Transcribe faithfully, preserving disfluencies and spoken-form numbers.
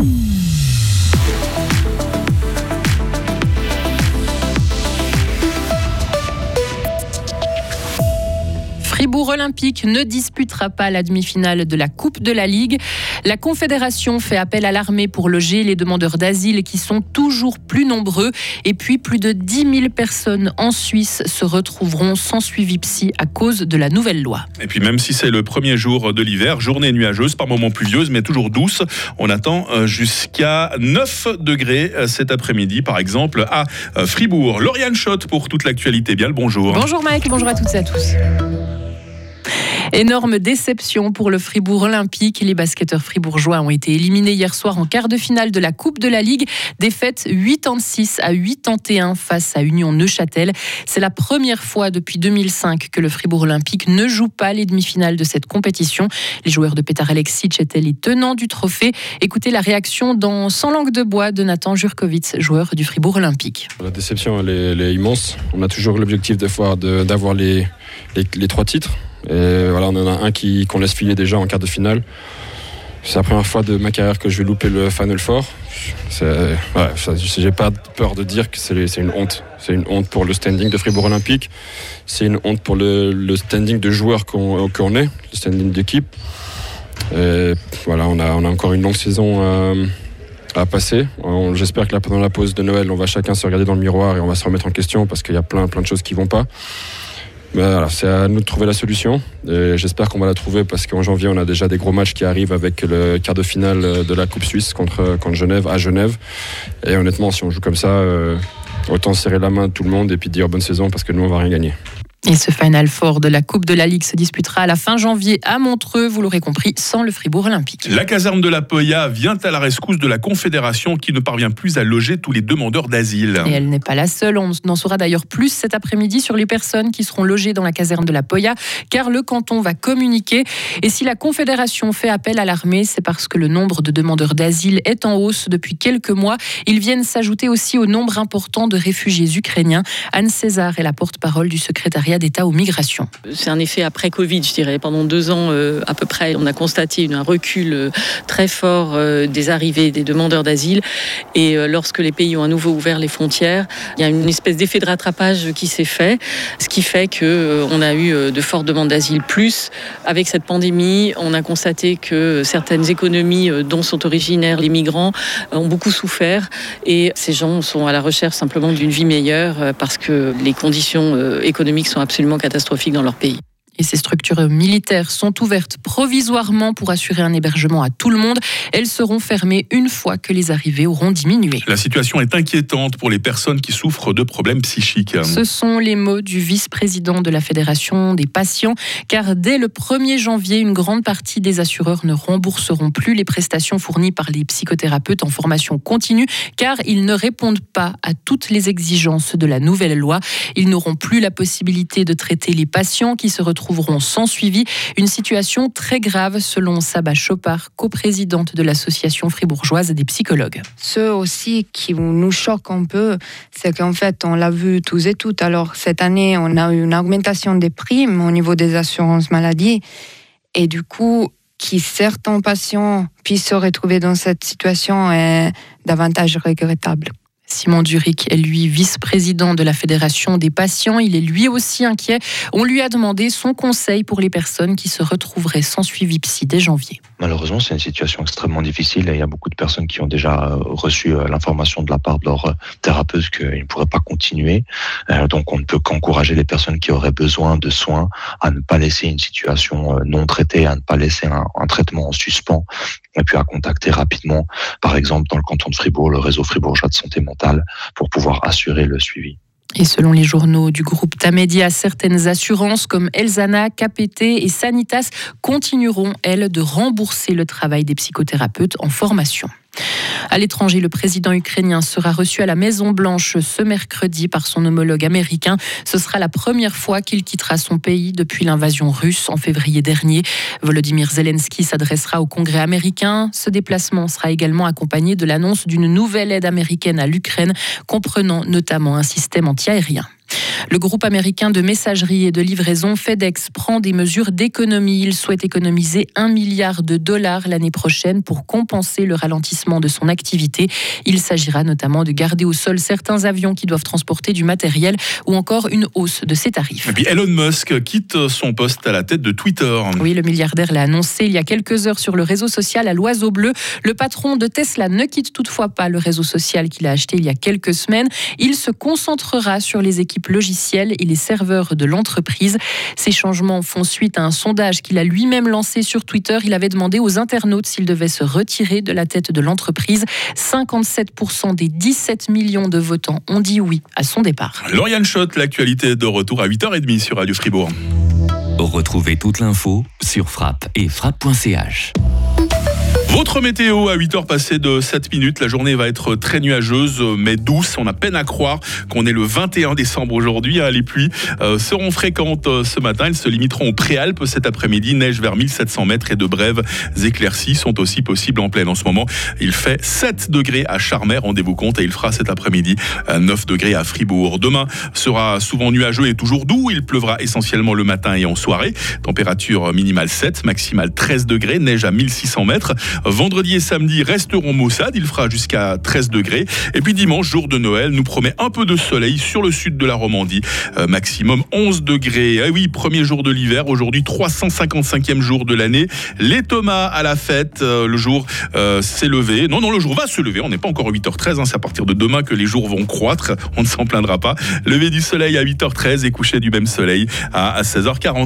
Fribourg Olympique ne disputera pas la demi-finale de la Coupe de la Ligue. La Confédération fait appel à l'armée pour loger les demandeurs d'asile qui sont toujours plus nombreux. Et puis, plus de dix mille personnes en Suisse se retrouveront sans suivi psy à cause de la nouvelle loi. Et puis, même si c'est le premier jour de l'hiver, journée nuageuse, par moments pluvieuse, mais toujours douce, on attend jusqu'à neuf degrés cet après-midi, par exemple, à Fribourg. Lauriane Schott pour toute l'actualité. Bien le bonjour. Bonjour Mike, bonjour à toutes et à tous. Énorme déception pour le Fribourg Olympique. Les basketteurs fribourgeois ont été éliminés hier soir en quart de finale de la Coupe de la Ligue. Défaite quatre-vingt-six à quatre-vingt-un face à Union Neuchâtel. C'est la première fois depuis deux mille cinq que le Fribourg Olympique ne joue pas les demi-finales de cette compétition. Les joueurs de Petar Aleksic étaient les tenants du trophée. Écoutez la réaction dans Sans langue de bois de Nathan Jurkovic, joueur du Fribourg Olympique. La déception elle est, elle est immense. On a toujours l'objectif de fois de, d'avoir les, les, les trois titres. Et voilà, on en a un qui, qu'on laisse filer déjà en quart de finale. C'est la première fois de ma carrière que je vais louper le Final Four. C'est, ouais, ça, j'ai pas peur de dire que c'est, c'est une honte. C'est une honte pour le standing de Fribourg Olympique. C'est une honte pour le, le standing de joueurs qu'on, qu'on est, le standing d'équipe. Et voilà, on a, on a encore une longue saison à, à passer. On, j'espère que là, pendant la pause de Noël, on va chacun se regarder dans le miroir et on va se remettre en question parce qu'il y a plein, plein de choses qui vont pas. Ben voilà, c'est à nous de trouver la solution et j'espère qu'on va la trouver parce qu'en janvier on a déjà des gros matchs qui arrivent avec le quart de finale de la Coupe Suisse contre, contre Genève à Genève et honnêtement si on joue comme ça euh, autant serrer la main de tout le monde et puis dire bonne saison parce que nous on va rien gagner. Et ce Final Four de la Coupe de la Ligue se disputera à la fin janvier à Montreux, vous l'aurez compris, sans le Fribourg Olympique. La caserne de la Poya vient à la rescousse de la Confédération qui ne parvient plus à loger tous les demandeurs d'asile. Et elle n'est pas la seule, on en saura d'ailleurs plus cet après-midi sur les personnes qui seront logées dans la caserne de la Poya, car le canton va communiquer. Et si la Confédération fait appel à l'armée, c'est parce que le nombre de demandeurs d'asile est en hausse depuis quelques mois. Ils viennent s'ajouter aussi au nombre important de réfugiés ukrainiens. Anne César est la porte-parole du secrétariat d'État aux migrations. C'est un effet après Covid, je dirais. Pendant deux ans euh, à peu près, on a constaté un recul euh, très fort euh, des arrivées des demandeurs d'asile. Et euh, lorsque les pays ont à nouveau ouvert les frontières, il y a une espèce d'effet de rattrapage qui s'est fait, ce qui fait qu'on euh, a eu euh, de fortes demandes d'asile. Plus, avec cette pandémie, on a constaté que certaines économies euh, dont sont originaires les migrants euh, ont beaucoup souffert. Et ces gens sont à la recherche simplement d'une vie meilleure euh, parce que les conditions euh, économiques sont absolument catastrophiques dans leur pays. Et ces structures militaires sont ouvertes provisoirement pour assurer un hébergement à tout le monde. Elles seront fermées une fois que les arrivées auront diminué. La situation est inquiétante pour les personnes qui souffrent de problèmes psychiques. Ce sont les mots du vice-président de la Fédération des patients, car dès le premier janvier, une grande partie des assureurs ne rembourseront plus les prestations fournies par les psychothérapeutes en formation continue, car ils ne répondent pas à toutes les exigences de la nouvelle loi. Ils n'auront plus la possibilité de traiter les patients qui se retrouvent trouveront sans suivi. Une situation très grave selon Saba Chopard, coprésidente de l'association fribourgeoise des psychologues. Ce aussi qui nous choque un peu, c'est qu'en fait, on l'a vu tous et toutes. Alors cette année, on a eu une augmentation des primes au niveau des assurances maladie et du coup, qui certains patients puissent se retrouver dans cette situation est davantage regrettable. Simon Duric est lui vice-président de la Fédération des patients. Il est lui aussi inquiet. On lui a demandé son conseil pour les personnes qui se retrouveraient sans suivi psy dès janvier. Malheureusement, c'est une situation extrêmement difficile et il y a beaucoup de personnes qui ont déjà reçu l'information de la part de leur thérapeute qu'ils ne pourraient pas continuer. Donc on ne peut qu'encourager les personnes qui auraient besoin de soins à ne pas laisser une situation non traitée, à ne pas laisser un, un traitement en suspens et puis à contacter rapidement, par exemple dans le canton de Fribourg, le réseau fribourgeois de santé mentale pour pouvoir assurer le suivi. Et selon les journaux du groupe Tamedia, certaines assurances comme Elzana, K P T et Sanitas continueront, elles, de rembourser le travail des psychothérapeutes en formation. À l'étranger, le président ukrainien sera reçu à la Maison-Blanche ce mercredi par son homologue américain. Ce sera la première fois qu'il quittera son pays depuis l'invasion russe en février dernier. Volodymyr Zelensky s'adressera au Congrès américain. Ce déplacement sera également accompagné de l'annonce d'une nouvelle aide américaine à l'Ukraine, comprenant notamment un système anti-aérien. Le groupe américain de messagerie et de livraison FedEx prend des mesures d'économie. Il souhaite économiser un milliard de dollars l'année prochaine pour compenser le ralentissement de son activité. Il s'agira notamment de garder au sol certains avions qui doivent transporter du matériel ou encore une hausse de ses tarifs. Et puis Elon Musk quitte son poste à la tête de Twitter. Oui, le milliardaire l'a annoncé il y a quelques heures sur le réseau social à l'Oiseau Bleu. Le patron de Tesla ne quitte toutefois pas le réseau social qu'il a acheté il y a quelques semaines. Il se concentrera sur les équipes logiciels et les serveurs de l'entreprise. Ces changements font suite à un sondage qu'il a lui-même lancé sur Twitter. Il avait demandé aux internautes s'ils devaient se retirer de la tête de l'entreprise. cinquante-sept pour cent des dix-sept millions de votants ont dit oui à son départ. Lauriane Schott, l'actualité est de retour à huit heures trente sur Radio Fribourg. Retrouvez toute l'info sur frappe et frappe point c h. Votre météo à huit heures passées de sept minutes. La journée va être très nuageuse mais douce. On a peine à croire qu'on est le vingt et un décembre aujourd'hui. Les pluies euh, seront fréquentes ce matin. Elles se limiteront aux Préalpes cet après-midi. Neige vers mille sept cents mètres et de brèves éclaircies sont aussi possibles en pleine. En ce moment, il fait sept degrés à Charmer. Rendez-vous compte, et il fera cet après-midi neuf degrés à Fribourg. Demain sera souvent nuageux et toujours doux. Il pleuvra essentiellement le matin et en soirée. Température minimale sept, maximale treize degrés. Neige à mille six cents mètres. Vendredi et samedi resteront maussades, il fera jusqu'à treize degrés. Et puis dimanche, jour de Noël, nous promet un peu de soleil sur le sud de la Romandie. Euh, maximum onze degrés. Eh oui, premier jour de l'hiver, aujourd'hui trois cent cinquante-cinquième jour de l'année. Les Thomas à la fête, euh, le jour euh, s'est levé. Non, non, le jour va se lever, on n'est pas encore à huit heures treize, hein, c'est à partir de demain que les jours vont croître, on ne s'en plaindra pas. Lever du soleil à huit heures treize et coucher du même soleil à seize heures quarante.